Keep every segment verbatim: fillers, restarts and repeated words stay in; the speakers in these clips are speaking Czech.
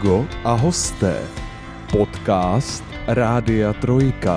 Amigo a hosté. Podcast Rádia Trojka.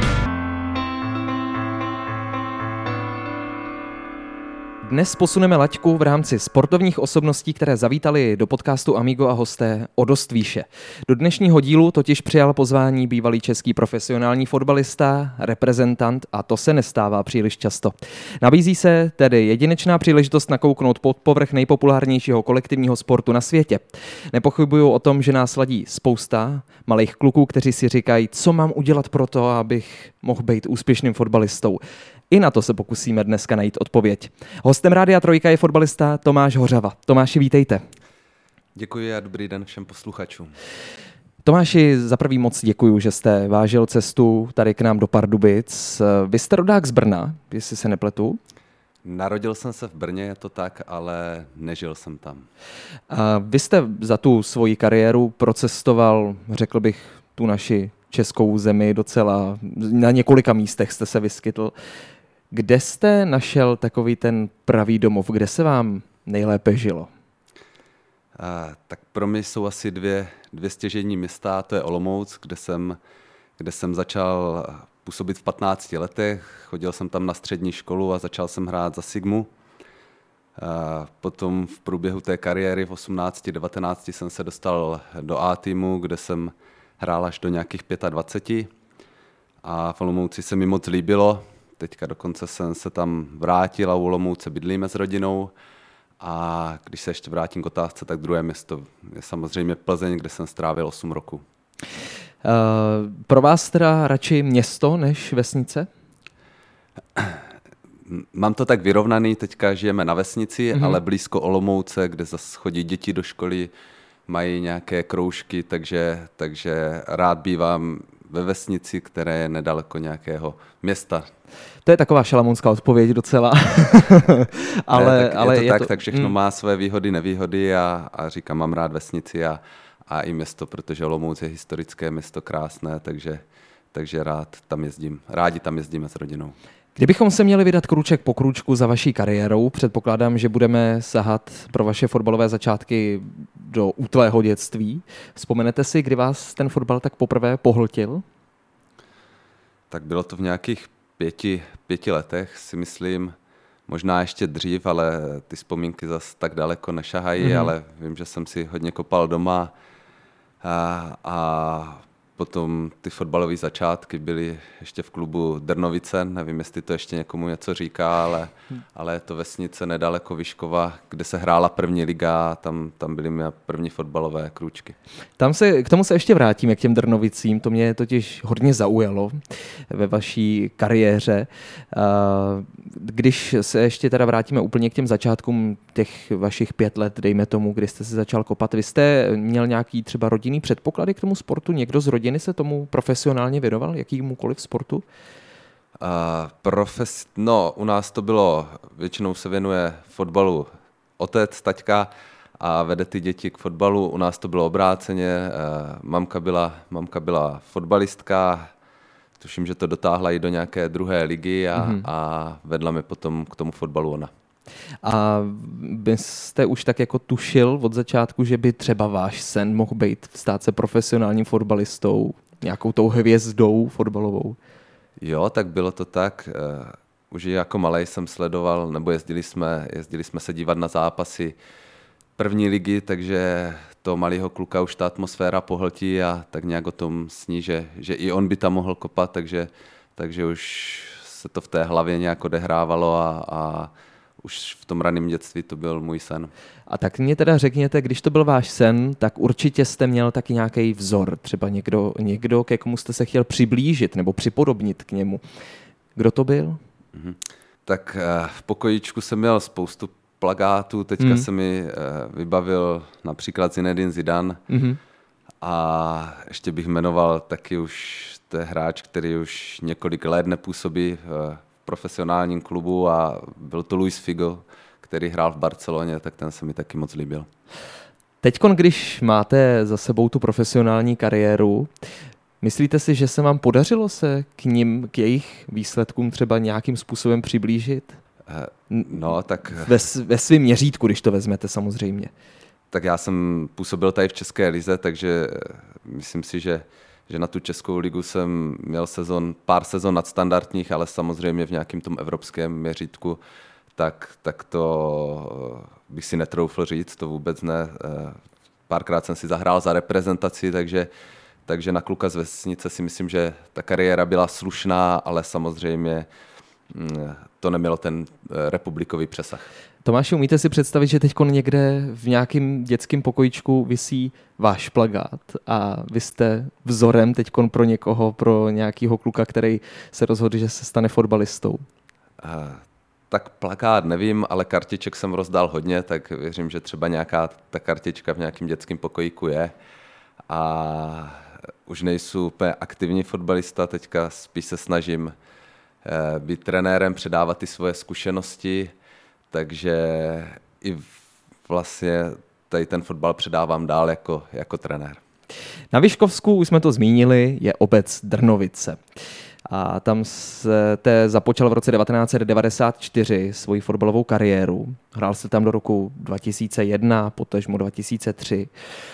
Dnes posuneme laťku v rámci sportovních osobností, které zavítali do podcastu Amigo a hosté o dost výše. Do dnešního dílu totiž přijal pozvání bývalý český profesionální fotbalista, reprezentant a to se nestává příliš často. Nabízí se tedy jedinečná příležitost nakouknout pod povrch nejpopulárnějšího kolektivního sportu na světě. Nepochybuju o tom, že nás ladí spousta malých kluků, kteří si říkají, co mám udělat pro to, abych mohl být úspěšným fotbalistou. I na to se pokusíme dneska najít odpověď. Hostem Rádia Trojka je fotbalista Tomáš Hořava. Tomáši, vítejte. Děkuji a dobrý den všem posluchačům. Tomáši, za prvý moc děkuju, že jste vážil cestu tady k nám do Pardubic. Vy jste rodák z Brna, jestli se nepletu. Narodil jsem se v Brně, je to tak, ale nežil jsem tam. A vy jste za tu svoji kariéru procestoval, řekl bych, tu naši českou zemi docela, na několika místech jste se vyskytl. Kde jste našel takový ten pravý domov? Kde se vám nejlépe žilo? A, tak pro mě jsou asi dvě, dvě stěžejní města, to je Olomouc, kde jsem, kde jsem začal působit v patnácti letech, chodil jsem tam na střední školu a začal jsem hrát za Sigmu. A potom v průběhu té kariéry v osmnácti devatenácti jsem se dostal do A týmu, kde jsem hrál až do nějakých dvaceti pěti a v Olomouci se mi moc líbilo. Teďka dokonce jsem se tam vrátil a u Olomouce bydlíme s rodinou. A když se ještě vrátím k otázce, tak druhé město je samozřejmě Plzeň, kde jsem strávil osm roků. Uh, pro vás teda radši město než vesnice? Mám to tak vyrovnaný, teďka žijeme na vesnici, mm-hmm. ale blízko Olomouce, kde zase chodí děti do školy, mají nějaké kroužky, takže, takže rád bývám ve vesnici, které je nedaleko nějakého města. To je taková šalamounská odpověď docela. ale, ne, tak ale je to je tak, to, tak všechno mm. má své výhody, nevýhody a, a říkám, mám rád vesnici a, a i město, protože Olomouc je historické město, krásné, takže, takže rád tam jezdím. Rádi tam jezdíme s rodinou. Kdybychom se měli vydat krůček po krůčku za vaší kariérou, předpokládám, že budeme sahat pro vaše fotbalové začátky do útlého dětství. Vzpomenete si, kdy vás ten fotbal tak poprvé pohltil? Tak bylo to v nějakých pěti, pěti letech, si myslím. Možná ještě dřív, ale ty vzpomínky zase tak daleko nešahají, mm-hmm. ale vím, že jsem si hodně kopal doma a, a potom ty fotbalové začátky byly ještě v klubu Drnovice, nevím, jestli to ještě někomu něco říká, ale, ale je to vesnice nedaleko Vyškova, kde se hrála první liga a tam, tam byly mé první fotbalové krůčky. Tam se, k tomu se ještě vrátíme, k těm Drnovicím, to mě totiž hodně zaujalo ve vaší kariéře. Když se ještě teda vrátíme úplně k těm začátkům těch vašich pět let, dejme tomu, kdy jste se začal kopat, vy jste měl nějaký třeba rodinný předpoklady k tomu sportu? Někdo z rodiny se tomu profesionálně věnoval, jakýmukoliv sportu? Uh, profes... No, u nás to bylo, většinou se věnuje fotbalu otec, taťka a vede ty děti k fotbalu. U nás to bylo obráceně, uh, mamka byla, mamka byla fotbalistka, tuším, že to dotáhla i do nějaké druhé ligy a, mm-hmm. a vedla mě potom k tomu fotbalu ona. A byste už tak jako tušil od začátku, že by třeba váš sen mohl být stát se profesionálním fotbalistou, nějakou tou hvězdou fotbalovou? Jo, tak bylo to tak. Uh, už jako malej jsem sledoval, nebo jezdili jsme, jezdili jsme se dívat na zápasy první ligy, takže toho malého kluka už ta atmosféra pohltí a tak nějak o tom sní, že, že i on by tam mohl kopat, takže, takže už se to v té hlavě nějak odehrávalo a, a už v tom raném dětství to byl můj sen. A tak mě teda řekněte, když to byl váš sen, tak určitě jste měl taky nějaký vzor, třeba někdo, někdo, ke komu jste se chtěl přiblížit nebo připodobnit k němu. Kdo to byl? Mhm. Tak v pokojíčku jsem měl spoustu plakátů, teďka mm. se mi vybavil například Zinedine Zidane mm-hmm. a ještě bych jmenoval taky už, to je hráč, který už několik let nepůsobí v profesionálním klubu a byl to Luis Figo, který hrál v Barceloně, tak ten se mi taky moc líbil. Teďkon, když máte za sebou tu profesionální kariéru, myslíte si, že se vám podařilo se k nim, k jejich výsledkům třeba nějakým způsobem přiblížit? No, tak... Ve, ve svém měřítku, když to vezmete samozřejmě. tak já jsem působil tady v České lize, takže myslím si, že, že na tu Českou ligu jsem měl sezon, pár sezon nadstandardních, ale samozřejmě v nějakém tom evropském měřítku, tak, tak to bych si netroufl říct, to vůbec ne. Párkrát jsem si zahrál za reprezentaci, takže, takže na kluka z vesnice si myslím, že ta kariéra byla slušná, ale samozřejmě to nemělo ten republikový přesah. Tomáši, umíte si představit, že teď někde v nějakém dětském pokojíčku visí váš plakát a vy jste vzorem teď pro někoho, pro nějakého kluka, který se rozhodl, že se stane fotbalistou? Uh, tak plakát nevím, ale kartiček jsem rozdal hodně, tak věřím, že třeba nějaká ta kartička v nějakém dětském pokojíku je. A už nejsou úplně aktivní fotbalista, teďka spíš se snažím uh, být trenérem, předávat ty svoje zkušenosti, takže i vlastně tady ten fotbal předávám dál jako, jako trenér. Na Vyškovsku, už jsme to zmínili, je obec Drnovice. A tam jste započal v roce devatenáct set devadesát čtyři svoji fotbalovou kariéru. Hrál jste tam do roku dva tisíce jedna, potažmo dva tisíce tři.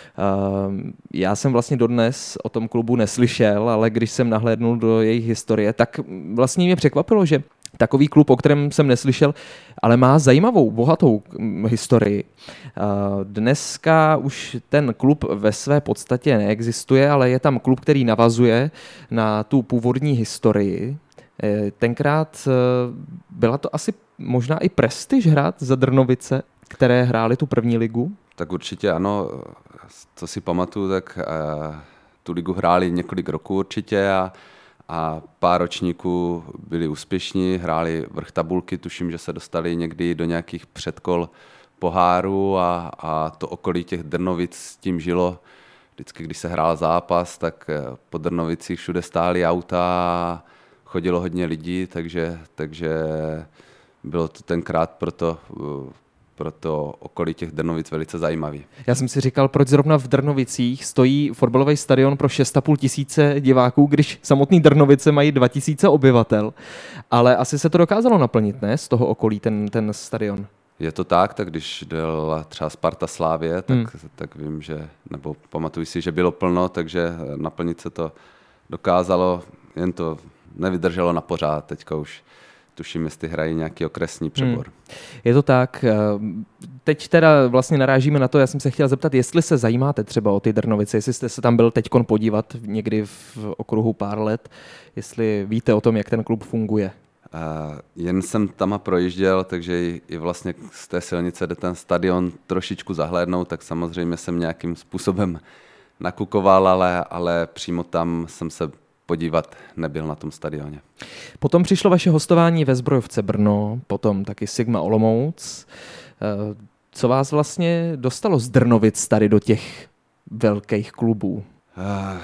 Já jsem vlastně dodnes o tom klubu neslyšel, ale když jsem nahlédnul do jejich historie, tak vlastně mě překvapilo, že takový klub, o kterém jsem neslyšel, ale má zajímavou, bohatou historii. Dneska už ten klub ve své podstatě neexistuje, ale je tam klub, který navazuje na tu původní historii. Tenkrát byla to asi možná i prestiž hrát za Drnovice, které hrály tu první ligu? Tak určitě ano, co si pamatuju, tak tu ligu hráli několik roků určitě a a pár ročníků byli úspěšní, hráli vrch tabulky, tuším, že se dostali někdy do nějakých předkol poháru a, a to okolí těch Drnovic s tím žilo. Vždycky, když se hrál zápas, tak po Drnovicích všude stály auta a chodilo hodně lidí, takže, takže bylo to tenkrát proto pro to okolí těch Drnovic velice zajímavý. Já jsem si říkal, proč zrovna v Drnovicích stojí fotbalový stadion pro šest a půl tisíce diváků, když samotný Drnovice mají dva tisíce obyvatel. Ale asi se to dokázalo naplnit, ne? Z toho okolí ten, ten stadion. Je to tak, tak když byla třeba Sparta Slávie, tak, hmm. tak vím, že, nebo pamatuju si, že bylo plno, takže naplnit se to dokázalo, jen to nevydrželo na pořád, teďka už tuším, jestli hrají nějaký okresní přebor. Hmm. Je to tak. Teď teda vlastně narážíme na to, já jsem se chtěl zeptat, jestli se zajímáte třeba o ty Drnovice, jestli jste se tam byl teďkon podívat někdy v okruhu pár let, jestli víte o tom, jak ten klub funguje. Uh, jen jsem tam projížděl, takže i, i vlastně z té silnice jde ten stadion trošičku zahlédnout, tak samozřejmě jsem nějakým způsobem nakukoval, ale, ale přímo tam jsem se podívat nebyl na tom stadioně. Potom přišlo vaše hostování ve Zbrojovce Brno, potom taky Sigma Olomouc. Co vás vlastně dostalo z Drnovic tady do těch velkých klubů? Uh,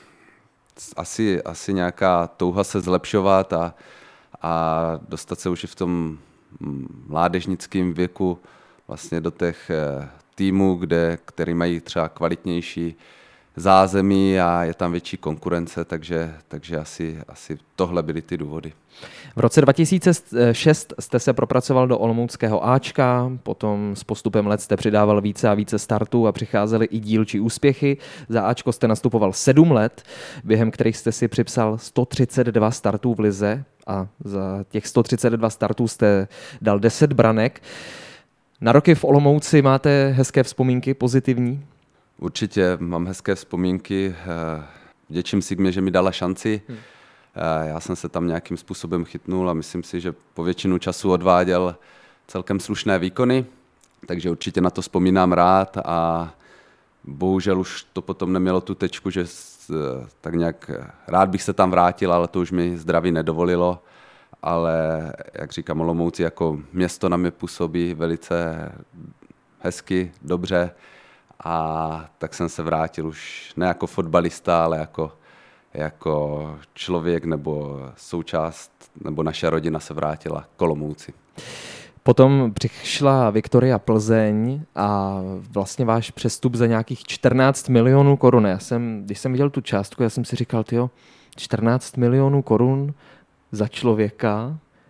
asi, asi nějaká touha se zlepšovat a, a dostat se už i v tom mládežnickém věku vlastně do těch týmů, kde, který mají třeba kvalitnější zázemí a je tam větší konkurence, takže, takže asi, asi tohle byly ty důvody. V roce dva tisíce šest jste se propracoval do olomouckého Ačka, potom s postupem let jste přidával více a více startů a přicházely i dílčí úspěchy. Za Ačko jste nastupoval sedm let, během kterých jste si připsal sto třicet dva startů v lize a za těch sto třicet dva startů jste dal deset branek. Na roky v Olomouci máte hezké vzpomínky, pozitivní? Určitě mám hezké vzpomínky. Vděčím Sigmě, že mi dala šanci. Hmm. Já jsem se tam nějakým způsobem chytnul a myslím si, že po většinu času odváděl celkem slušné výkony, takže určitě na to vzpomínám rád a bohužel už to potom nemělo tu tečku, že tak nějak rád bych se tam vrátil, ale to už mi zdraví nedovolilo. Ale jak říkám, Olomouci jako město na mě působí velice hezky, dobře. A tak jsem se vrátil už ne jako fotbalista, ale jako, jako člověk nebo součást, nebo naše rodina se vrátila k Olomouci. Potom přišla Viktoria Plzeň a vlastně váš přestup za nějakých čtrnáct milionů korun. Já jsem, když jsem viděl tu částku, já jsem si říkal, tyjo, čtrnáct milionů korun za člověka.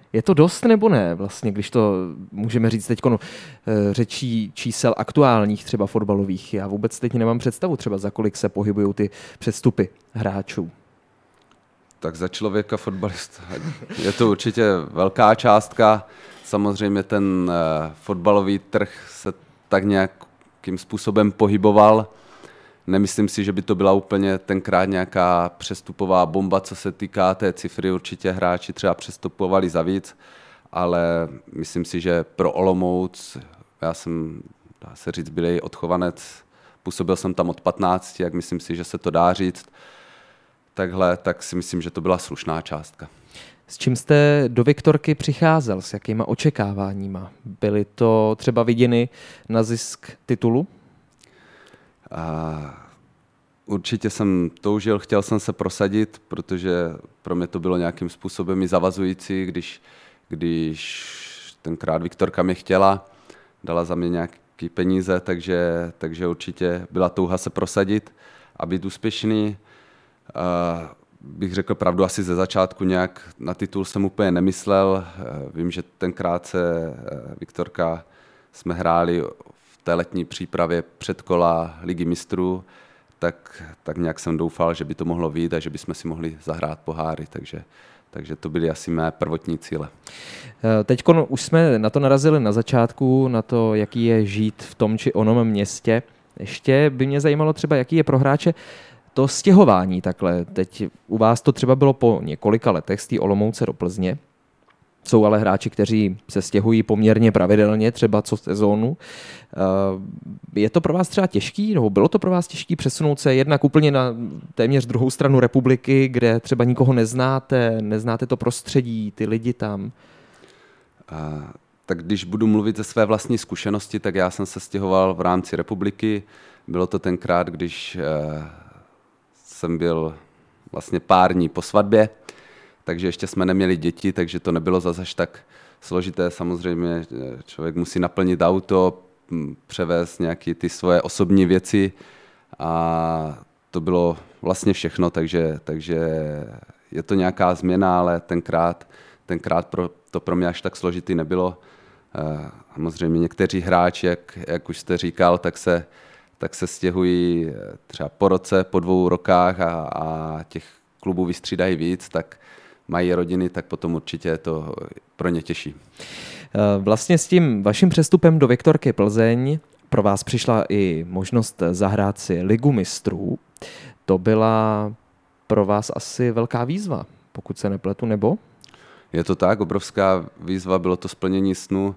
Je to dost nebo ne vlastně, když to můžeme říct teď no, řečí čísel aktuálních třeba fotbalových? Já vůbec teď nemám představu třeba za kolik se pohybují ty přestupy hráčů. Tak za člověka fotbalista je to určitě velká částka. Samozřejmě ten fotbalový trh se tak nějakým způsobem pohyboval. Nemyslím si, že by to byla úplně tenkrát nějaká přestupová bomba, co se týká té cifry. Určitě hráči třeba přestupovali za víc, ale myslím si, že pro Olomouc, já jsem, dá se říct, bylej odchovanec, působil jsem tam od patnácti, jak myslím si, že se to dá říct, takhle, tak si myslím, že to byla slušná částka. S čím jste do Viktorky přicházel? S jakýma očekáváníma? Byly to třeba viděny na zisk titulu? A určitě jsem toužil, chtěl jsem se prosadit, protože pro mě to bylo nějakým způsobem i zavazující, když, když tenkrát Viktorka mě chtěla, dala za mě nějaké peníze, takže, takže určitě byla touha se prosadit a být úspěšný. A bych řekl pravdu, asi ze začátku nějak na titul jsem úplně nemyslel. Vím, že tenkrát se Viktorka jsme hráli v té letní přípravě předkola Ligy mistrů, tak, tak nějak jsem doufal, že by to mohlo vyjít a že bychom si mohli zahrát poháry, takže, takže to byly asi mé prvotní cíle. Teď už jsme na to narazili na začátku, na to, jaký je žít v tom či onom městě. Ještě by mě zajímalo třeba, jaký je pro hráče to stěhování takhle. Teď u vás to třeba bylo po několika letech z té Olomouce do Plzně. Jsou ale hráči, kteří se stěhují poměrně pravidelně, třeba co sezónu. Je to pro vás třeba těžký, nebo bylo to pro vás těžký přesunout se jednak úplně na téměř druhou stranu republiky, kde třeba nikoho neznáte, neznáte to prostředí, ty lidi tam? A, tak když budu mluvit ze své vlastní zkušenosti, tak já jsem se stěhoval v rámci republiky. Bylo to tenkrát, když eh, jsem byl vlastně pár dní po svatbě, takže ještě jsme neměli děti, takže to nebylo zase až tak složité. Samozřejmě člověk musí naplnit auto, převést nějaké ty svoje osobní věci a to bylo vlastně všechno, takže, takže je to nějaká změna, ale tenkrát, tenkrát pro, to pro mě až tak složitý nebylo. Samozřejmě někteří hráči, jak, jak už jste říkal, tak se, tak se stěhují třeba po roce, po dvou rokách a, a těch klubů vystřídají víc, tak mají rodiny, tak potom určitě je to pro ně těžší. Vlastně s tím vaším přestupem do Viktorky Plzeň pro vás přišla i možnost zahrát si Ligu mistrů. To byla pro vás asi velká výzva, pokud se nepletu, nebo? Je to tak, obrovská výzva, bylo to splnění snu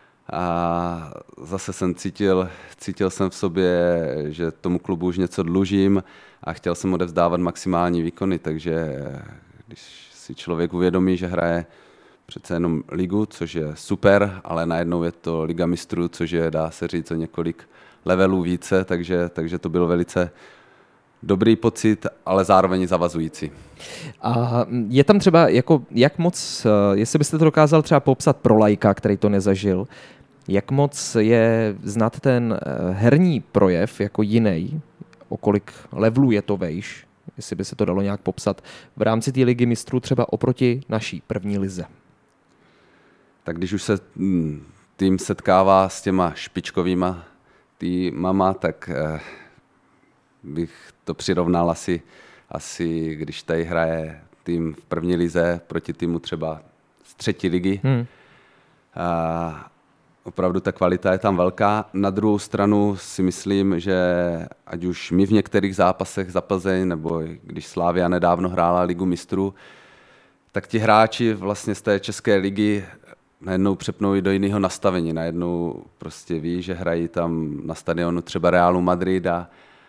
a zase jsem cítil, cítil jsem v sobě, že tomu klubu už něco dlužím a chtěl jsem odevzdávat maximální výkony, takže když si člověk uvědomí, že hraje přece jenom ligu, což je super, ale najednou je to Liga mistrů, což je, dá se říct, o několik levelů více, takže, takže to byl velice dobrý pocit, ale zároveň zavazující. A je tam třeba, jako, jak moc, jestli byste to dokázal třeba popsat pro laika, který to nezažil, jak moc je znát ten herní projev jako jiný, o kolik levelů je to vejš, jestli by se to dalo nějak popsat, v rámci té Ligy mistrů třeba oproti naší první lize? Tak když už se tým setkává s těma špičkovýma týmama, tak eh, bych to přirovnal asi, asi, když tady hraje tým v první lize proti týmu třeba z třetí ligy. Hmm. A opravdu ta kvalita je tam velká. Na druhou stranu si myslím, že ať už my v některých zápasech za Plzeň, nebo když Slavia nedávno hrála Ligu mistrů, tak ti hráči vlastně z té české ligy najednou přepnou i do jiného nastavení. Najednou prostě ví, že hrají tam na stadionu třeba Realu Madrid a,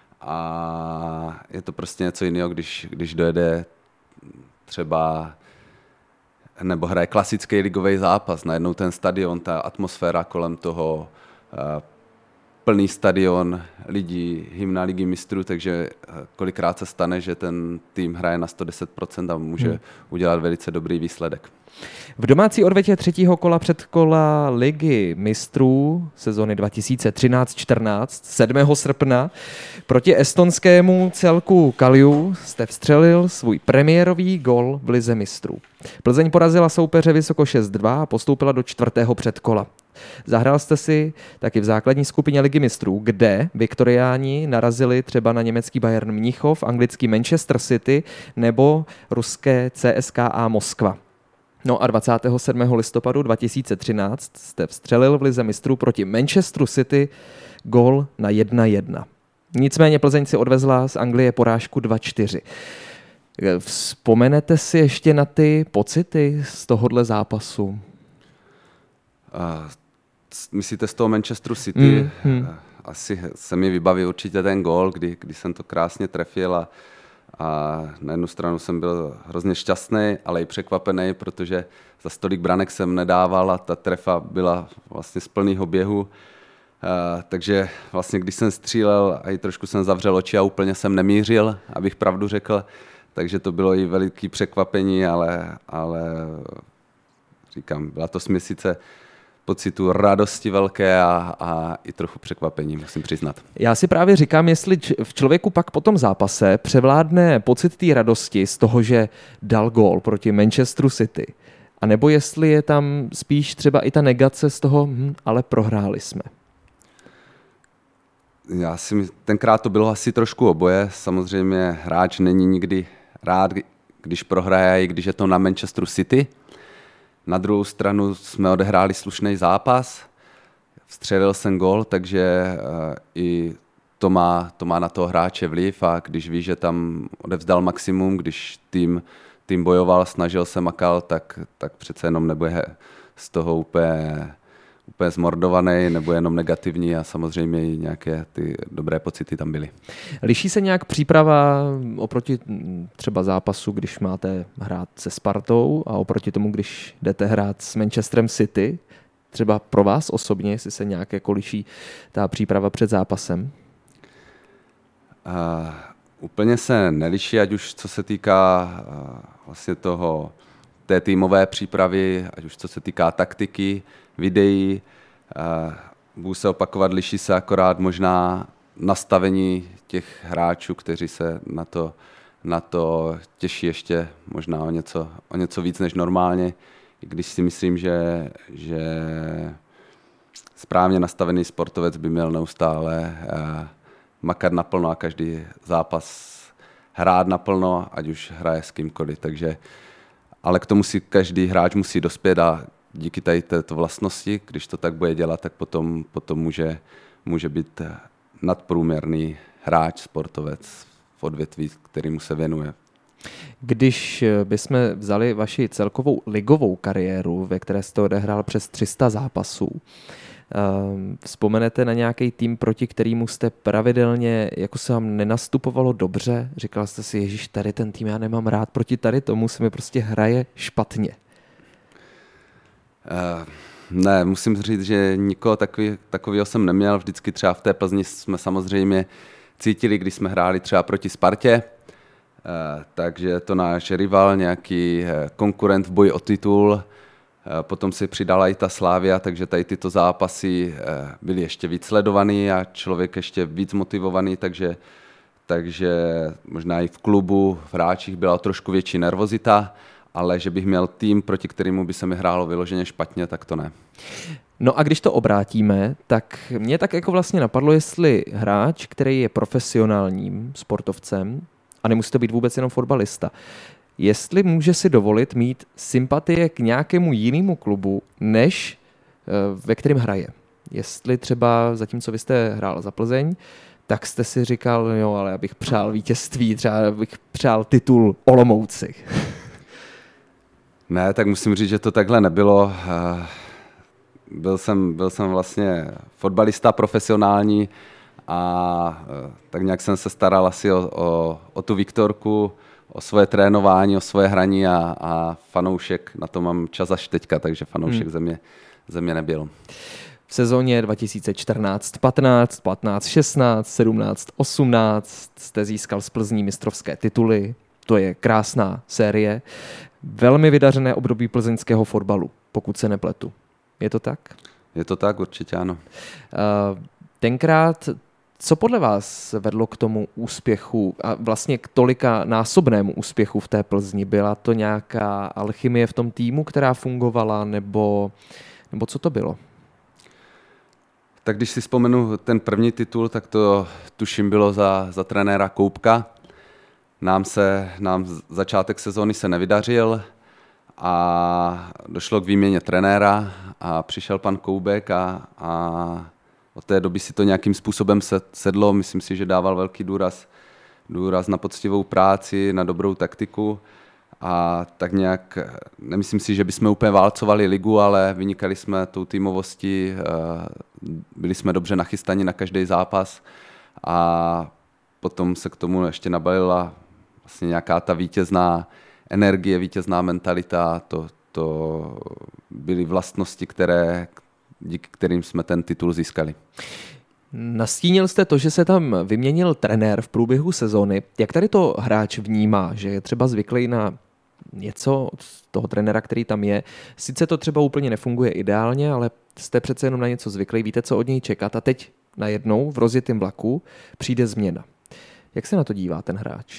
a je to prostě něco jiného, když, když dojede třeba nebo hraje klasický ligový zápas. Najednou ten stadion, ta atmosféra kolem toho, plný stadion, lidí hymna Ligy mistrů, takže kolikrát se stane, že ten tým hraje na sto deset procent a může hmm. udělat velice dobrý výsledek. V domácí odvetě třetího kola předkola Ligy mistrů sezony dva tisíce třináct čtrnáct sedmého srpna proti estonskému celku Kalju jste vstřelil svůj premiérový gol v Lize mistrů. Plzeň porazila soupeře vysoko šest dva a postoupila do čtvrtého předkola. Zahrál jste si taky v základní skupině Ligy mistrů, kde viktoriáni narazili třeba na německý Bayern Mnichov, anglický Manchester City nebo ruské C S K A Moskva. No a dvacátého sedmého listopadu dva tisíce třináct jste vstřelil v Lize mistrů proti Manchesteru City gól na jedna jedna. Nicméně Plzeň si odvezla z Anglie porážku dva čtyři. Vzpomenete si ještě na ty pocity z tohohle zápasu? Uh, myslíte z toho Manchesteru City? Mm, mm. Asi se mi vybaví určitě ten gól, kdy, kdy jsem to krásně trefil a A na jednu stranu jsem byl hrozně šťastný, ale i překvapený, protože za stolik branek jsem nedával a ta trefa byla vlastně z plného běhu. Uh, takže vlastně když jsem střílel, a i trošku jsem zavřel oči a úplně jsem nemířil, abych pravdu řekl, takže to bylo i veliké překvapení, ale, ale říkám, byla to směsice pocitu radosti velké a, a i trochu překvapení, musím přiznat. Já si právě říkám, jestli v člověku pak po tom zápase převládne pocit té radosti z toho, že dal gól proti Manchesteru City, anebo jestli je tam spíš třeba i ta negace z toho, hm, ale prohráli jsme. Já si tenkrát to bylo asi trošku oboje. Samozřejmě hráč není nikdy rád, když prohraje, i když je to na Manchesteru City. Na druhou stranu jsme odehráli slušný zápas, vstřelil jsem gól, takže uh, i to má, to má na toho hráče vliv a když ví, že tam odevzdal maximum, když tým, tým bojoval, snažil se, makal, tak, tak přece jenom nebude z toho úplně, úplně zmordovaný nebo jenom negativní a samozřejmě i nějaké ty dobré pocity tam byly. Liší se nějak příprava oproti třeba zápasu, když máte hrát se Spartou a oproti tomu, když jdete hrát s Manchesterem City? Třeba pro vás osobně, jestli se nějak jako liší ta příprava před zápasem? Uh, úplně se neliší, ať už co se týká uh, vlastně toho, té týmové přípravy, ať už co se týká taktiky, videí, uh, budu se opakovat, liší se akorát možná nastavení těch hráčů, kteří se na to, na to těší ještě možná o něco, o něco víc než normálně, i když si myslím, že, že správně nastavený sportovec by měl neustále uh, makat naplno a každý zápas hrát naplno, ať už hraje s kýmkoliv. Takže, ale k tomu si každý hráč musí dospět a díky tady této vlastnosti, když to tak bude dělat, tak potom, potom může, může být nadprůměrný hráč, sportovec v odvětví, kterému se věnuje. Když bychom vzali vaši celkovou ligovou kariéru, ve které jste odehrál přes tři sta zápasů, vzpomenete na nějaký tým, proti kterému jste pravidelně, jako se vám nenastupovalo dobře? Říkal jste si, ježiš, tady ten tým já nemám rád, proti tady tomu se mi prostě hraje špatně. Uh, ne, musím říct, že nikoho takový, takovýho jsem neměl. Vždycky třeba v té Plzni jsme samozřejmě cítili, když jsme hráli třeba proti Spartě, uh, takže to náš rival, nějaký konkurent v boji o titul. Potom se přidala i ta Slavia, takže tady tyto zápasy byly ještě víc sledovaný a člověk ještě víc motivovaný, takže, takže možná i v klubu, v hráčích byla trošku větší nervozita, ale že bych měl tým, proti kterému by se mi hrálo vyloženě špatně, tak to ne. No a když to obrátíme, tak mě tak jako vlastně napadlo, jestli hráč, který je profesionálním sportovcem, a nemusí to být vůbec jenom fotbalista, jestli může si dovolit mít sympatie k nějakému jinému klubu, než ve kterém hraje. Jestli třeba, zatímco vy jste hrál za Plzeň, tak jste si říkal, jo, ale já bych přál vítězství, třeba bych přál titul Olomouci. Ne, tak musím říct, že to takhle nebylo. Byl jsem, byl jsem vlastně fotbalista profesionální a tak nějak jsem se staral asi o, o, o tu Viktorku, o svoje trénování, o svoje hraní a, a fanoušek, na to mám čas až teďka, takže fanoušek hmm. země, země nebyl. v sezóně dva tisíce čtrnáct patnáct, patnáct šestnáct, sedmnáct osmnáct jste získal z Plzní mistrovské tituly. To je krásná série. Velmi vydařené období plzeňského fotbalu, pokud se nepletu. Je to tak? Je to tak, určitě ano. Tenkrát, co podle vás vedlo k tomu úspěchu a vlastně k tolika násobnému úspěchu v té Plzni? Byla to nějaká alchymie v tom týmu, která fungovala, nebo, nebo co to bylo? Tak když si vzpomenu ten první titul, tak to tuším bylo za, za trenéra Koubka. Nám se, nám začátek sezóny se nevydařil a došlo k výměně trenéra a přišel pan Koubek a, a od té doby si to nějakým způsobem sedlo. Myslím si, že dával velký důraz, důraz na poctivou práci, na dobrou taktiku a tak nějak, nemyslím si, že bychom úplně válcovali ligu, ale vynikali jsme tou týmovostí, byli jsme dobře nachystaní na každý zápas a potom se k tomu ještě nabalila vlastně nějaká ta vítězná energie, vítězná mentalita, to, to byly vlastnosti, které, díky kterým jsme ten titul získali. Nastínil jste to, že se tam vyměnil trenér v průběhu sezóny. Jak tady to hráč vnímá, že je třeba zvyklý na něco od toho trenéra, který tam je? Sice to třeba úplně nefunguje ideálně, ale jste přece jenom na něco zvyklý, víte, co od něj čekat a teď najednou v rozjetém vlaku přijde změna. Jak se na to dívá ten hráč?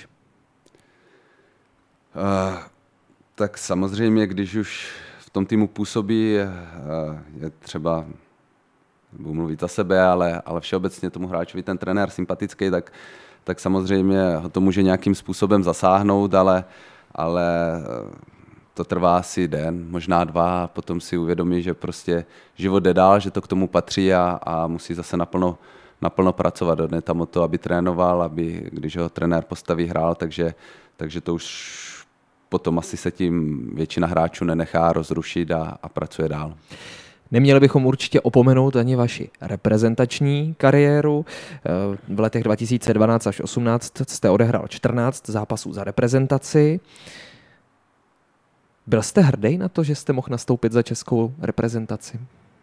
Uh, tak samozřejmě, když už v tom týmu působí, je, je třeba, budu mluvit za sebe, ale, ale všeobecně tomu hráčovi ten trenér sympatický, tak, tak samozřejmě ho to může nějakým způsobem zasáhnout, ale, ale to trvá asi den, možná dva, a potom si uvědomí, že prostě život jde dál, že to k tomu patří a, a musí zase naplno, naplno pracovat. Jde tam o to, aby trénoval, aby, když ho trenér postaví, hrál, takže, takže to už potom asi se tím většina hráčů nenechá rozrušit a, a pracuje dál. Neměli bychom určitě opomenout ani vaši reprezentační kariéru. V letech dva tisíce dvanáct až osmnáct jste odehrál čtrnáct zápasů za reprezentaci. Byl jste hrdý na to, že jste mohl nastoupit za českou reprezentaci?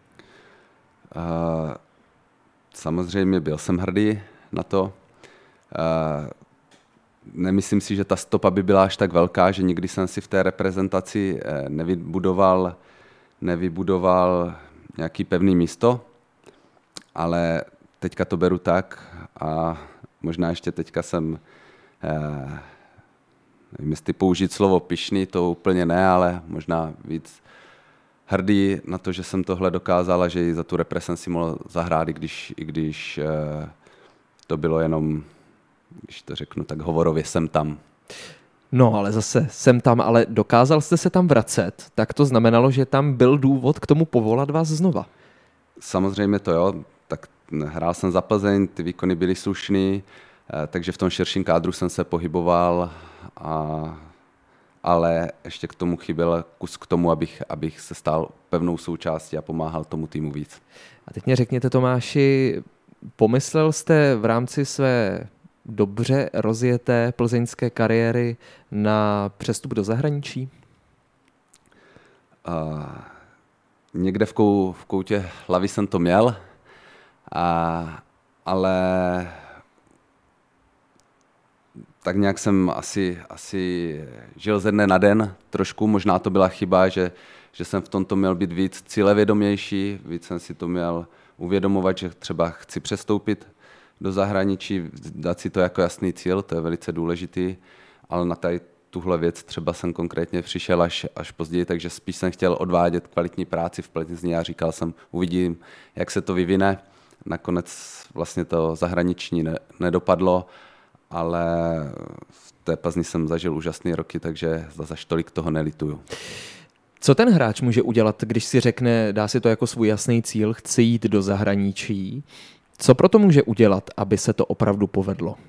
Uh, samozřejmě byl jsem hrdý na to. Uh, Nemyslím si, že ta stopa by byla až tak velká, že nikdy jsem si v té reprezentaci nevybudoval, nevybudoval nějaký pevný místo, ale teďka to beru tak a možná ještě teďka jsem, eh, nevím, jestli použít slovo pyšný, to úplně ne, ale možná víc hrdý na to, že jsem tohle dokázal a že i za tu reprezentaci mohl zahrát, i když, i když eh, to bylo jenom, když to řeknu, tak hovorově jsem tam. No, ale zase jsem tam, ale dokázal jste se tam vracet, tak to znamenalo, že tam byl důvod k tomu povolat vás znova. Samozřejmě to jo, tak hrál jsem za Plzeň, ty výkony byly slušný, takže v tom širším kádru jsem se pohyboval, a, ale ještě k tomu chyběl kus k tomu, abych, abych se stal pevnou součástí a pomáhal tomu týmu víc. A teď mě řekněte, Tomáši, pomyslel jste v rámci své dobře rozjeté plzeňské kariéry na přestup do zahraničí? Uh, někde v, kou, v koutě hlavy jsem to měl, a, ale tak nějak jsem asi, asi žil ze dne na den trošku. Možná to byla chyba, že, že jsem v tomto měl být víc cílevědomější, víc jsem si to měl uvědomovat, že třeba chci přestoupit do zahraničí, dát si to jako jasný cíl, to je velice důležitý, ale na tady tuhle věc třeba jsem konkrétně přišel až, až později, takže spíš jsem chtěl odvádět kvalitní práci v Plzni a říkal jsem, uvidím, jak se to vyvine. Nakonec vlastně to zahraniční ne, nedopadlo, ale v té Plzni jsem zažil úžasné roky, takže zase tolik toho nelituju. Co ten hráč může udělat, když si řekne, dá si to jako svůj jasný cíl, chce jít do zahraničí? Co proto může udělat, aby se to opravdu povedlo? Uh,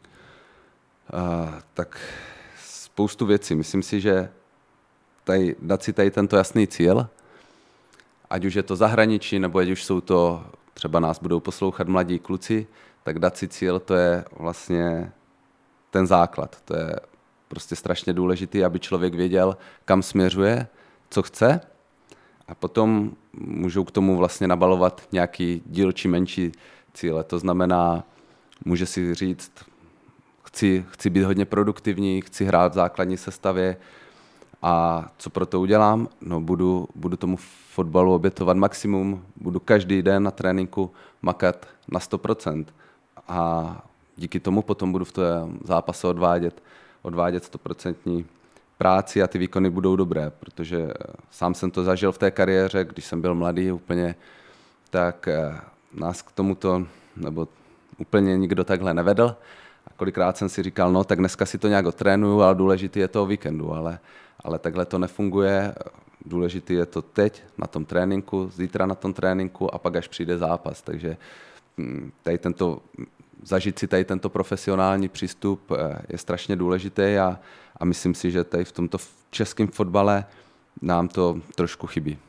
tak spoustu věcí. Myslím si, že tady, dát si tady tento jasný cíl, ať už je to zahraničí, nebo ať už jsou to, třeba nás budou poslouchat mladí kluci, tak dát si cíl, to je vlastně ten základ. To je prostě strašně důležitý, aby člověk věděl, kam směřuje, co chce, A potom můžou k tomu vlastně nabalovat nějaký dílčí menší cíle. To znamená, může si říct, chci, chci být hodně produktivní, chci hrát v základní sestavě a co pro to udělám? No budu, budu tomu fotbalu obětovat maximum, budu každý den na tréninku makat na sto procent a díky tomu potom budu v tom zápase odvádět, odvádět stoprocentní práci a ty výkony budou dobré, protože sám jsem to zažil v té kariéře, když jsem byl mladý úplně, tak nás k tomuto, nebo úplně nikdo takhle nevedl. A kolikrát jsem si říkal, no tak dneska si to nějak otrénuju, ale důležitý je to o víkendu, ale, ale takhle to nefunguje. Důležitý je to teď na tom tréninku, zítra na tom tréninku a pak až přijde zápas. Takže tady tento, zažít si tady tento profesionální přístup je strašně důležitý a, a myslím si, že tady v tomto českém fotbale nám to trošku chybí.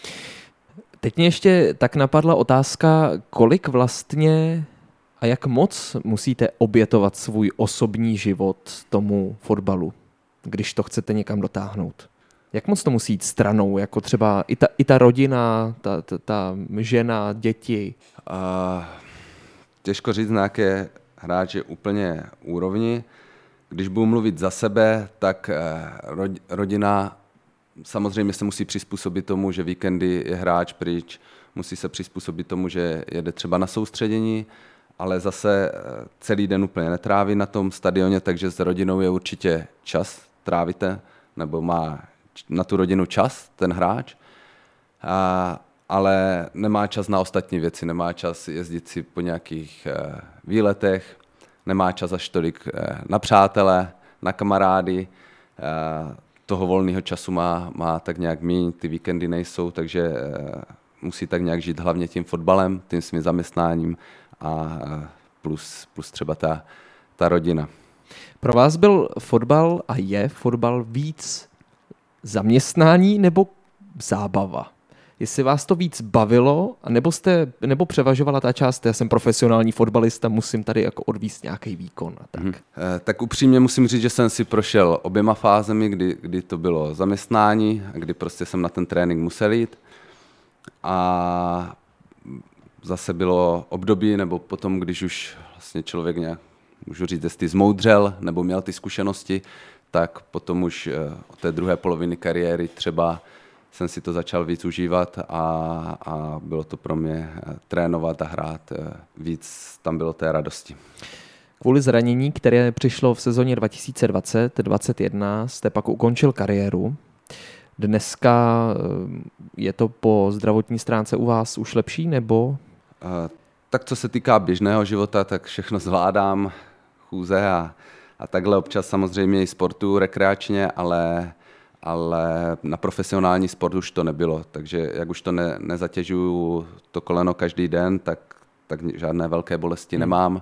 Teď mě ještě tak napadla otázka, kolik vlastně a jak moc musíte obětovat svůj osobní život tomu fotbalu, když to chcete někam dotáhnout? Jak moc to musí jít stranou, jako třeba i ta, i ta rodina, ta, ta, ta žena, děti? Uh, těžko říct na nějaké hráče úplně úrovni. Když budu mluvit za sebe, tak uh, rodina samozřejmě se musí přizpůsobit tomu, že víkendy je hráč pryč, musí se přizpůsobit tomu, že jede třeba na soustředění, ale zase celý den úplně netráví na tom stadioně, takže s rodinou je určitě čas trávíte, nebo má na tu rodinu čas ten hráč, a, ale nemá čas na ostatní věci, nemá čas jezdit si po nějakých uh, výletech, nemá čas až tolik uh, na přátele, na kamarády, uh, toho volného času má, má tak nějak míň, ty víkendy nejsou, takže uh, musí tak nějak žít hlavně tím fotbalem, tím svým zaměstnáním a uh, plus, plus třeba ta, ta rodina. Pro vás byl fotbal a je fotbal víc zaměstnání nebo zábava? Jestli vás to víc bavilo, nebo, jste, nebo převažovala ta část, já jsem profesionální fotbalista, musím tady jako odvíst nějaký výkon. A tak. Hmm. E, tak upřímně musím říct, že jsem si prošel oběma fázemi, kdy, kdy to bylo zaměstnání a kdy prostě jsem na ten trénink musel jít. A zase bylo období, nebo potom, když už vlastně člověk nějak, můžu říct, jestli zmoudřel, nebo měl ty zkušenosti, tak potom už od té druhé poloviny kariéry třeba jsem si to začal víc užívat a, a bylo to pro mě trénovat a hrát víc, tam bylo té radosti. Kvůli zranění, které přišlo v sezóně dva tisíce dvacet dvacet jedna, jste pak ukončil kariéru. Dneska je to po zdravotní stránce u vás už lepší, nebo? Tak co se týká běžného života, tak všechno zvládám, chůze a, a takhle občas samozřejmě i sportu rekreačně, ale, ale na profesionální sport už to nebylo. Takže jak už to ne, nezatěžuju to koleno každý den, tak, tak žádné velké bolesti hmm. nemám.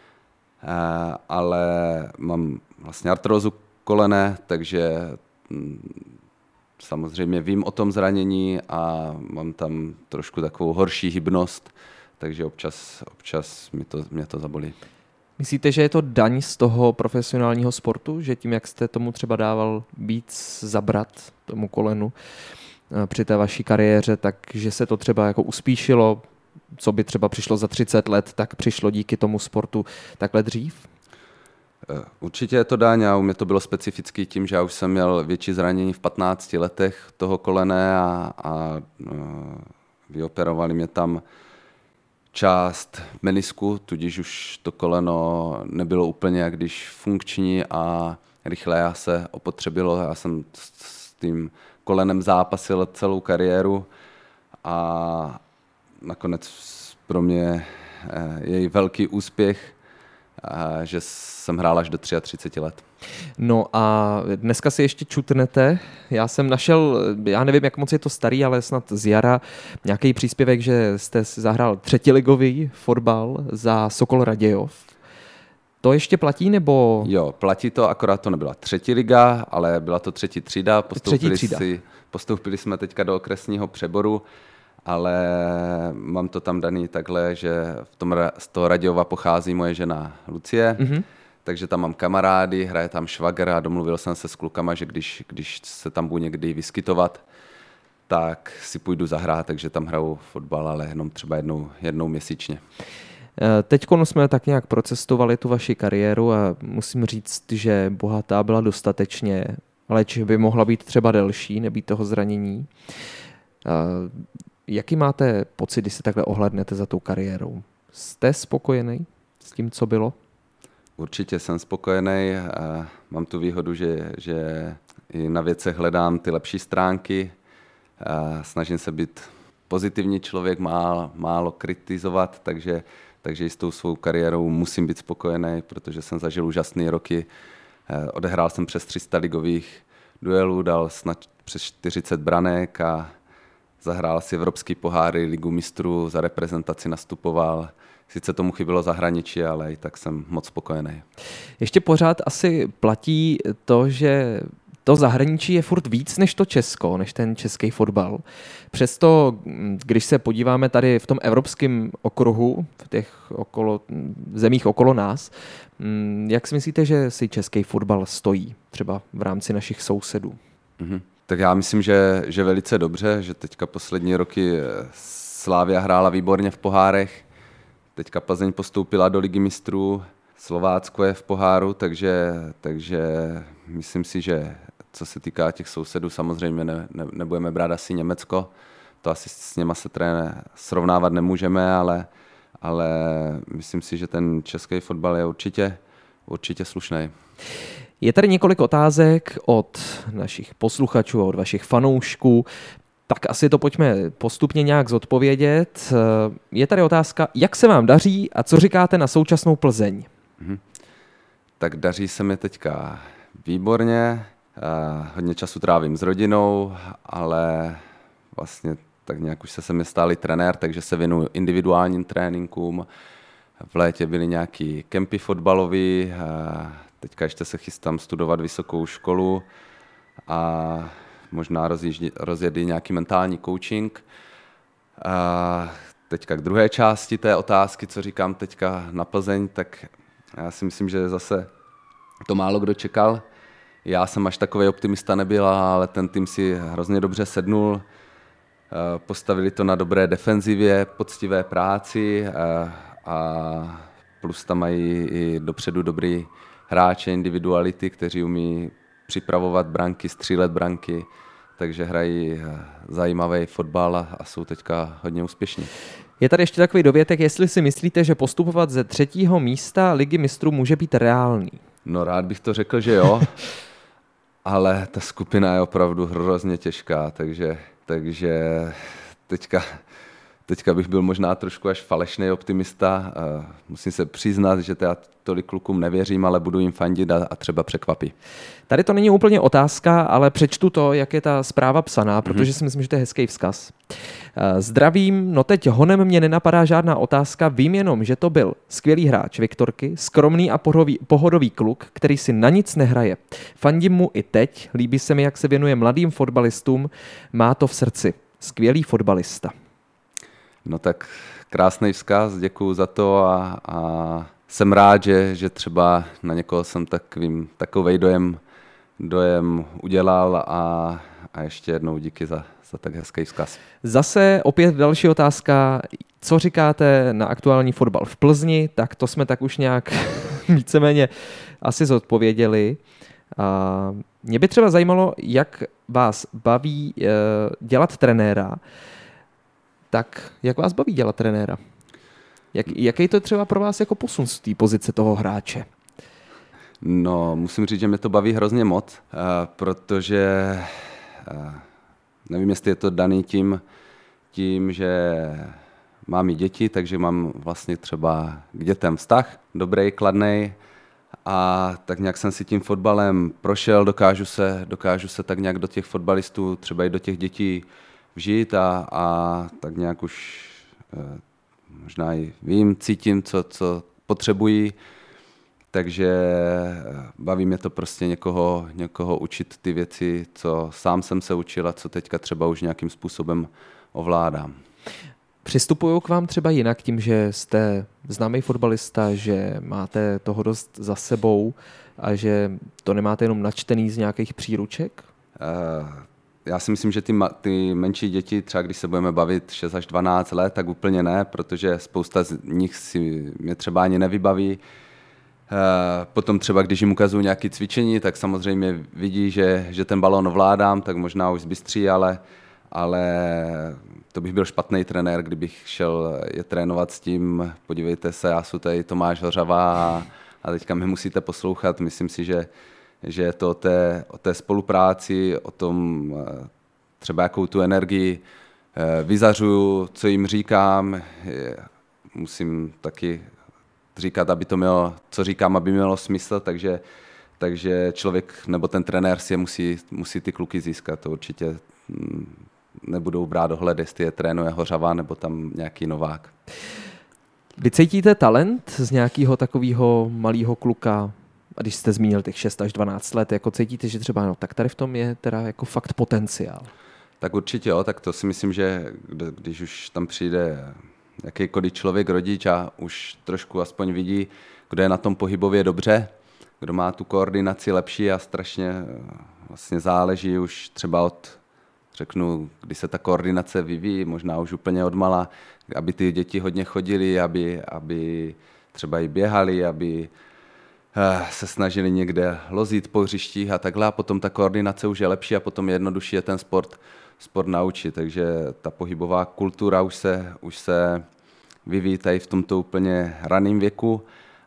Ale mám vlastně artrózu kolene, takže samozřejmě vím o tom zranění a mám tam trošku takovou horší hybnost, takže občas, občas mě to, mě to zabolí. Myslíte, že je to daň z toho profesionálního sportu, že tím, jak jste tomu třeba dával víc zabrat tomu kolenu při té vaší kariéře, takže se to třeba jako uspíšilo, co by třeba přišlo za třicet let, tak přišlo díky tomu sportu takhle dřív? Určitě je to daň a u mě to bylo specifický tím, že já už jsem měl větší zranění v patnácti letech toho kolene a, a vyoperovali mě tam část menisku, tudíž už to koleno nebylo úplně jak když funkční a rychle já se opotřebilo. Já jsem s tím kolenem zápasil celou kariéru a nakonec pro mě je velký úspěch, že jsem hrál až do třiceti tří let. No a dneska si ještě čutnete. Já jsem našel, já nevím, jak moc je to starý, ale snad z jara, nějaký příspěvek, že jste si zahrál třetiligový fotbal za Sokol Radějov. To ještě platí, nebo? Jo, platí to, akorát to nebyla třetí liga, ale byla to třetí třída. Postoupili, třetí třída. Si, postoupili jsme teďka do okresního přeboru, ale mám to tam daný takhle, že v tom, z toho Radějova pochází moje žena Lucie, mm-hmm. takže tam mám kamarády, hraje tam švagr a domluvil jsem se s klukama, že když, když se tam budu někdy vyskytovat, tak si půjdu zahrát, takže tam hraju fotbal, ale jenom třeba jednou, jednou měsíčně. Teď jsme tak nějak procestovali tu vaši kariéru a musím říct, že bohatá byla dostatečně, ale či by mohla být třeba delší, nebýt toho zranění. Jaký máte pocit, když se takhle ohlédnete za tou kariérou? Jste spokojený s tím, co bylo? Určitě jsem spokojený. Mám tu výhodu, že, že i na věcech hledám ty lepší stránky. Snažím se být pozitivní člověk, málo, málo kritizovat, takže, takže i s tou svou kariérou musím být spokojený, protože jsem zažil úžasné roky. Odehrál jsem přes tři sta ligových duelů, dal snad přes čtyřicet branek a zahrál si evropský poháry, ligu mistrů, za reprezentaci nastupoval. Sice tomu chybilo zahraničí, ale i tak jsem moc spokojený. Ještě pořád asi platí to, že to zahraničí je furt víc než to Česko, než ten český fotbal. Přesto, když se podíváme tady v tom evropském okruhu, v těch okolo, zemích okolo nás, jak si myslíte, že si český fotbal stojí třeba v rámci našich sousedů? Mhm. Tak já myslím, že, že velice dobře, že teďka poslední roky Slavia hrála výborně v pohárech, teďka Plzeň postoupila do ligy mistrů, Slovácko je v poháru, takže, takže myslím si, že co se týká těch sousedů, samozřejmě ne, ne, nebudeme brát asi Německo, to asi s něma se tréne, srovnávat nemůžeme, ale, ale myslím si, že ten český fotbal je určitě, určitě slušný. Je tady několik otázek od našich posluchačů, od vašich fanoušků, tak asi to pojďme postupně nějak zodpovědět. Je tady otázka, jak se vám daří a co říkáte na současnou Plzeň? Mhm. Tak daří se mi teďka výborně, hodně času trávím s rodinou, ale vlastně tak nějak už se se mi stálý trenér, takže se věnuju individuálním tréninkům. V létě byly nějaký kempy fotbalový, teďka ještě se chystám studovat vysokou školu a možná rozjet nějaký mentální coaching. A teďka k druhé části té otázky, co říkám teďka na Plzeň, tak já si myslím, že zase to málo kdo čekal. Já jsem až takový optimista nebyl, ale ten tým si hrozně dobře sednul. Postavili to na dobré defenzivě, poctivé práci a plus tam mají i dopředu dobrý hráče, individuality, kteří umí připravovat branky, střílet branky, takže hrají zajímavý fotbal a jsou teďka hodně úspěšní. Je tady ještě takový dovětek, jestli si myslíte, že postupovat ze třetího místa ligy mistrů může být reálný? No rád bych to řekl, že jo, ale ta skupina je opravdu hrozně těžká, takže, takže teďka, teďka bych byl možná trošku až falešný optimista. Musím se přiznat, že já tolik klukům nevěřím, ale budu jim fandit a, a třeba překvapí. Tady to není úplně otázka, ale přečtu to, jak je ta zpráva psaná, protože si myslím, že to je hezký vzkaz. Zdravím, no teď honem mě nenapadá žádná otázka, vím jenom, že to byl skvělý hráč Viktorky, skromný a pohodový, pohodový kluk, který si na nic nehraje. Fandím mu i teď, líbí se mi, jak se věnuje mladým fotbalistům, má to v srdci. Skvělý fotbalista. No tak krásný vzkaz, děkuju za to a, a jsem rád, že, že třeba na někoho jsem takovým, takovej dojem, dojem udělal a, a ještě jednou díky za, za tak hezký vzkaz. Zase opět další otázka, co říkáte na aktuální fotbal v Plzni, tak to jsme tak už nějak víceméně asi zodpověděli. A mě by třeba zajímalo, jak vás baví e, dělat trenéra, tak jak vás baví dělat trenéra? Jak, jaký to třeba pro vás jako posun z té pozice toho hráče? No, musím říct, že mě to baví hrozně moc, uh, protože uh, nevím, jestli je to daný tím, tím, že mám i děti, takže mám vlastně třeba k dětem vztah, dobrý, kladnej a tak nějak jsem si tím fotbalem prošel, dokážu se, dokážu se tak nějak do těch fotbalistů, třeba i do těch dětí vžít a, a tak nějak už uh, možná i vím, cítím, co, co potřebují, takže baví mě to prostě někoho, někoho učit ty věci, co sám jsem se učil a co teďka třeba už nějakým způsobem ovládám. Přistupují k vám třeba jinak tím, že jste známý fotbalista, že máte toho dost za sebou a že to nemáte jenom načtený z nějakých příruček? Uh, já si myslím, že ty, ma, ty menší děti, třeba když se budeme bavit šest až dvanáct let, tak úplně ne, protože spousta z nich si mě třeba ani nevybaví. Potom třeba, když jim ukazuju nějaké cvičení, tak samozřejmě vidí, že, že ten balón ovládám, tak možná už zbystří, ale, ale to bych byl špatný trenér, kdybych šel je trénovat s tím, podívejte se, já jsem tady Tomáš Hořava a, a teďka mi musíte poslouchat. Myslím si, že, že je to o té, o té spolupráci, o tom třeba jakou tu energii vyzařuju, co jim říkám, musím taky říkat, aby to mělo, co říkám, aby mělo smysl, takže, takže člověk nebo ten trenér si je musí, musí ty kluky získat. To určitě nebudou brát ohled, jestli je trénuje Hořava nebo tam nějaký Novák. Vy cítíte talent z nějakého takového malého kluka, a když jste zmínil těch šest až dvanáct let, jako cítíte, že třeba no, tak tady v tom je teda jako fakt potenciál? Tak určitě jo, tak to si myslím, že když už tam přijde jakýkoliv člověk, rodič a už trošku aspoň vidí, kdo je na tom pohybově dobře, kdo má tu koordinaci lepší a strašně vlastně záleží už třeba od, řeknu, kdy se ta koordinace vyvíjí, možná už úplně odmala, aby ty děti hodně chodily, aby, aby třeba i běhali, aby se snažili někde lozit po hřištích a takhle a potom ta koordinace už je lepší a potom jednodušší je ten sport, sport naučit, takže ta pohybová kultura už se, už se vyvíjí tady v tomto úplně raném věku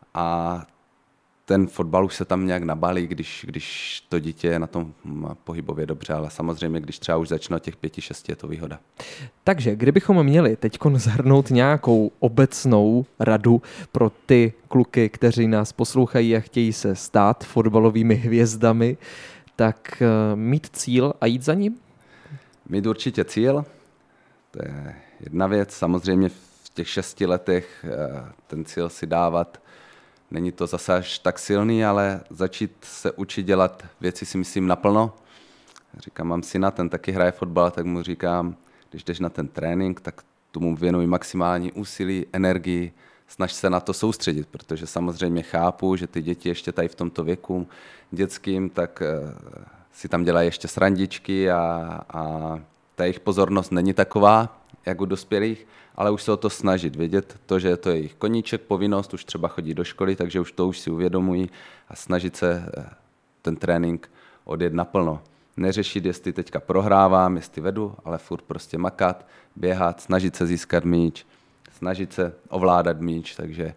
a ten fotbal už se tam nějak nabalí, když, když to dítě je na tom pohybově dobře, ale samozřejmě, když třeba už začne od těch pěti, šesti, je to výhoda. Takže kdybychom měli teď zhrnout nějakou obecnou radu pro ty kluky, kteří nás poslouchají a chtějí se stát fotbalovými hvězdami, tak mít cíl a jít za ním? Mít určitě cíl, to je jedna věc. Samozřejmě v těch šesti letech ten cíl si dávat, není to zase až tak silný, ale začít se učit dělat věci si myslím naplno. Říkám, mám syna, ten taky hraje fotbal, tak mu říkám, když jdeš na ten trénink, tak tomu věnuj maximální úsilí, energii, snaž se na to soustředit, protože samozřejmě chápu, že ty děti ještě tady v tomto věku dětským, tak si tam dělají ještě srandičky a, a ta jejich pozornost není taková, jak u dospělých, ale už se o to snažit, vědět to, že to je jejich koníček, povinnost, už třeba chodí do školy, takže už to už si uvědomují a snažit se ten trénink odjet naplno. Neřešit, jestli teďka prohrávám, jestli vedu, ale furt prostě makat, běhat, snažit se získat míč, snažit se ovládat míč, takže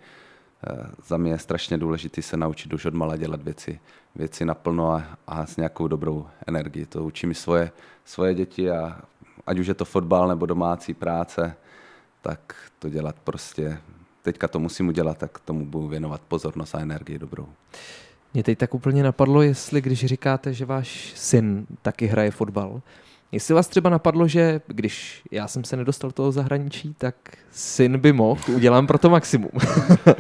za mě je strašně důležité se naučit už odmala dělat věci, věci naplno a, a s nějakou dobrou energií. To učím i svoje, svoje děti a ať už je to fotbal nebo domácí práce, tak to dělat prostě, teďka to musím udělat, tak tomu budu věnovat pozornost a energii dobrou. Mě teď tak úplně napadlo, jestli když říkáte, že váš syn taky hraje fotbal, jestli vás třeba napadlo, že když já jsem se nedostal do toho zahraničí, tak syn by mohl, udělám pro to maximum. uh,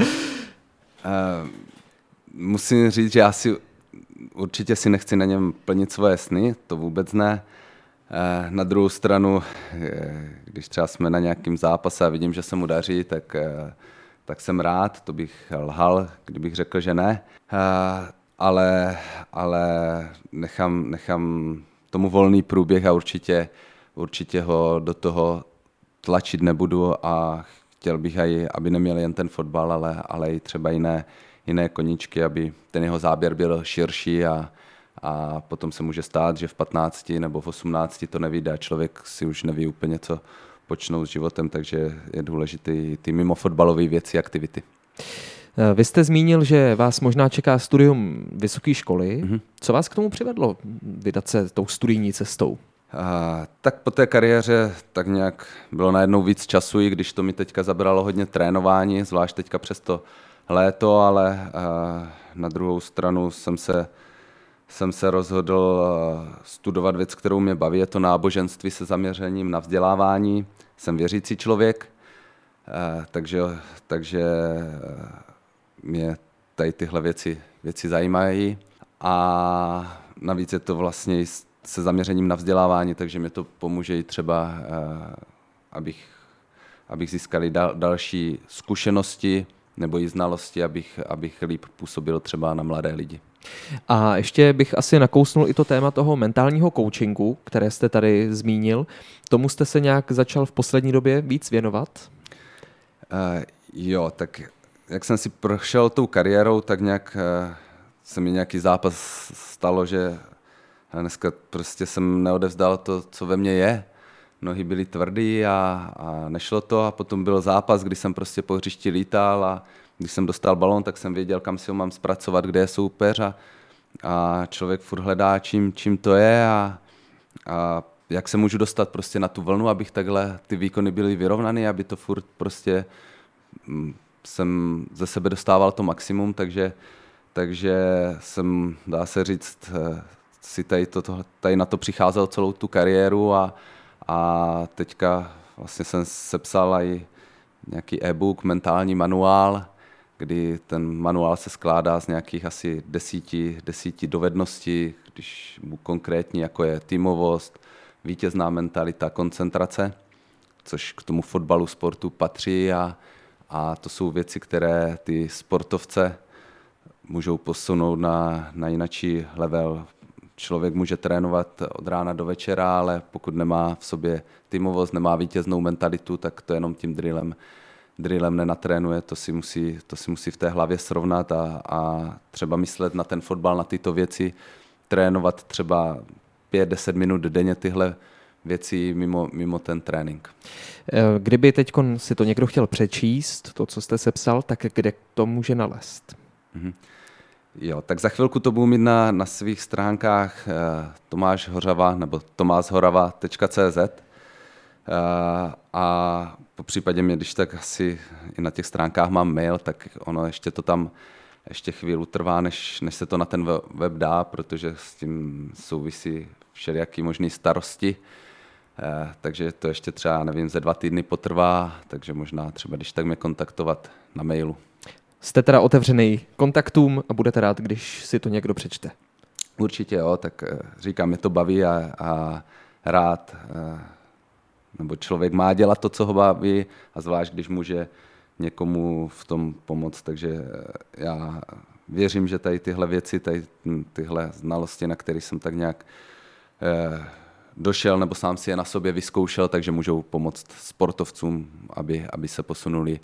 musím říct, že já si určitě si nechci na něm plnit svoje sny, to vůbec ne. Uh, na druhou stranu, když třeba jsme na nějakém zápase a vidím, že se mu daří, tak, uh, tak jsem rád, to bych lhal, kdybych řekl, že ne. Uh, ale ale nechám, nechám tomu volný průběh a určitě, určitě ho do toho tlačit nebudu a chtěl bych aj, aby neměl jen ten fotbal, ale, ale i třeba jiné, jiné koníčky, aby ten jeho záběr byl širší a, a potom se může stát, že v patnácti nebo v osmnácti to nevyjde a člověk si už neví úplně, co počnou s životem, takže je důležité ty mimo fotbalové věci, aktivity. Vy jste zmínil, že vás možná čeká studium vysoké školy. Mm-hmm. Co vás k tomu přivedlo vydat se tou studijní cestou? A, tak po té kariéře tak nějak bylo najednou víc času, i když to mi teďka zabralo hodně trénování, zvlášť teďka přes to léto, ale a, na druhou stranu jsem se, jsem se rozhodl studovat věc, kterou mě baví, je to náboženství se zaměřením na vzdělávání. Jsem věřící člověk, a, takže, takže mě tady tyhle věci, věci zajímají a navíc je to vlastně i se zaměřením na vzdělávání, takže mě to pomůže i třeba, abych, abych získal dal, další zkušenosti nebo i znalosti, abych, abych líp působil třeba na mladé lidi. A ještě bych asi nakousnul i to téma toho mentálního coachingu, které jste tady zmínil. Tomu jste se nějak začal v poslední době víc věnovat? Uh, jo, tak jak jsem si prošel tou kariérou, tak nějak uh, se mi nějaký zápas stalo, že dneska prostě jsem neodevzdal to, co ve mně je. Nohy byly tvrdý a, a nešlo to a potom byl zápas, kdy jsem prostě po hřišti lítal a když jsem dostal balón, tak jsem věděl, kam si ho mám zpracovat, kde je soupeř a, a člověk furt hledá, čím, čím to je a, a jak se můžu dostat prostě na tu vlnu, abych takhle ty výkony byly vyrovnaný, aby to furt prostě jsem ze sebe dostával to maximum, takže, takže jsem, dá se říct, si tady, to, tady na to přicházel celou tu kariéru a, a teďka vlastně jsem sepsal i nějaký e-book, mentální manuál, kdy ten manuál se skládá z nějakých asi desíti, desíti dovedností, když budu konkrétní, jako je týmovost, vítězná mentalita, koncentrace, což k tomu fotbalu, sportu patří a, a to jsou věci, které ty sportovce můžou posunout na, na jinačí level. Člověk může trénovat od rána do večera, ale pokud nemá v sobě týmovost, nemá vítěznou mentalitu, tak to jenom tím drillem, drillem nenatrénuje, to si, musí, to si musí v té hlavě srovnat a, a třeba myslet na ten fotbal, na tyto věci, trénovat třeba pět deset minut denně tyhle věci mimo, mimo ten trénink. Kdyby teď si to někdo chtěl přečíst, to, co jste sepsal, tak kde to může nalézt? Mm-hmm. Jo, tak za chvilku to budu mít na, na svých stránkách eh, Tomáš Hořava nebo tomashorava tečka cé zet eh, a po případě mě, když tak asi i na těch stránkách mám mail, tak ono ještě to tam ještě chvíli trvá, než, než se to na ten web dá, protože s tím souvisí všelijaký možný starosti, eh, takže to ještě třeba, nevím, ze dva týdny potrvá, takže možná třeba když tak mě kontaktovat na mailu. Jste teda otevřený kontaktům a budete rád, když si to někdo přečte? Určitě jo, tak říkám, mě to baví a, a rád, nebo člověk má dělat to, co ho baví a zvlášť, když může někomu v tom pomoct, takže já věřím, že tady tyhle věci, tady tyhle znalosti, na které jsem tak nějak eh, došel nebo sám si je na sobě vyzkoušel, takže můžou pomoct sportovcům, aby, aby se posunuli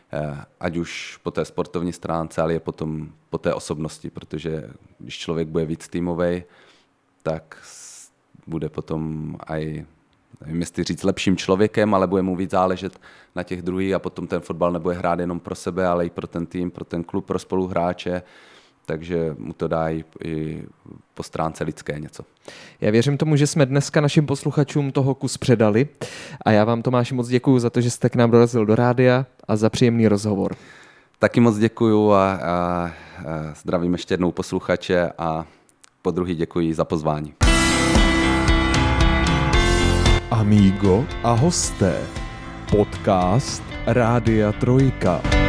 ať už po té sportovní stránce, ale je potom po té osobnosti, protože když člověk bude víc týmovej, tak bude potom aj, nevím jestli říct, lepším člověkem, ale bude mu víc záležet na těch druhých a potom ten fotbal nebude hrát jenom pro sebe, ale i pro ten tým, pro ten klub, pro spoluhráče, takže mu to dá i, i po stránce lidské něco. Já věřím tomu, že jsme dneska našim posluchačům toho kus předali a já vám, Tomáši, moc děkuju za to, že jste k nám dorazil do rádia a za příjemný rozhovor. Taky moc děkuju a, a, a zdravím ještě jednou posluchače a po druhý děkuji za pozvání. Amigo a hosté. Podcast Rádia Trojka.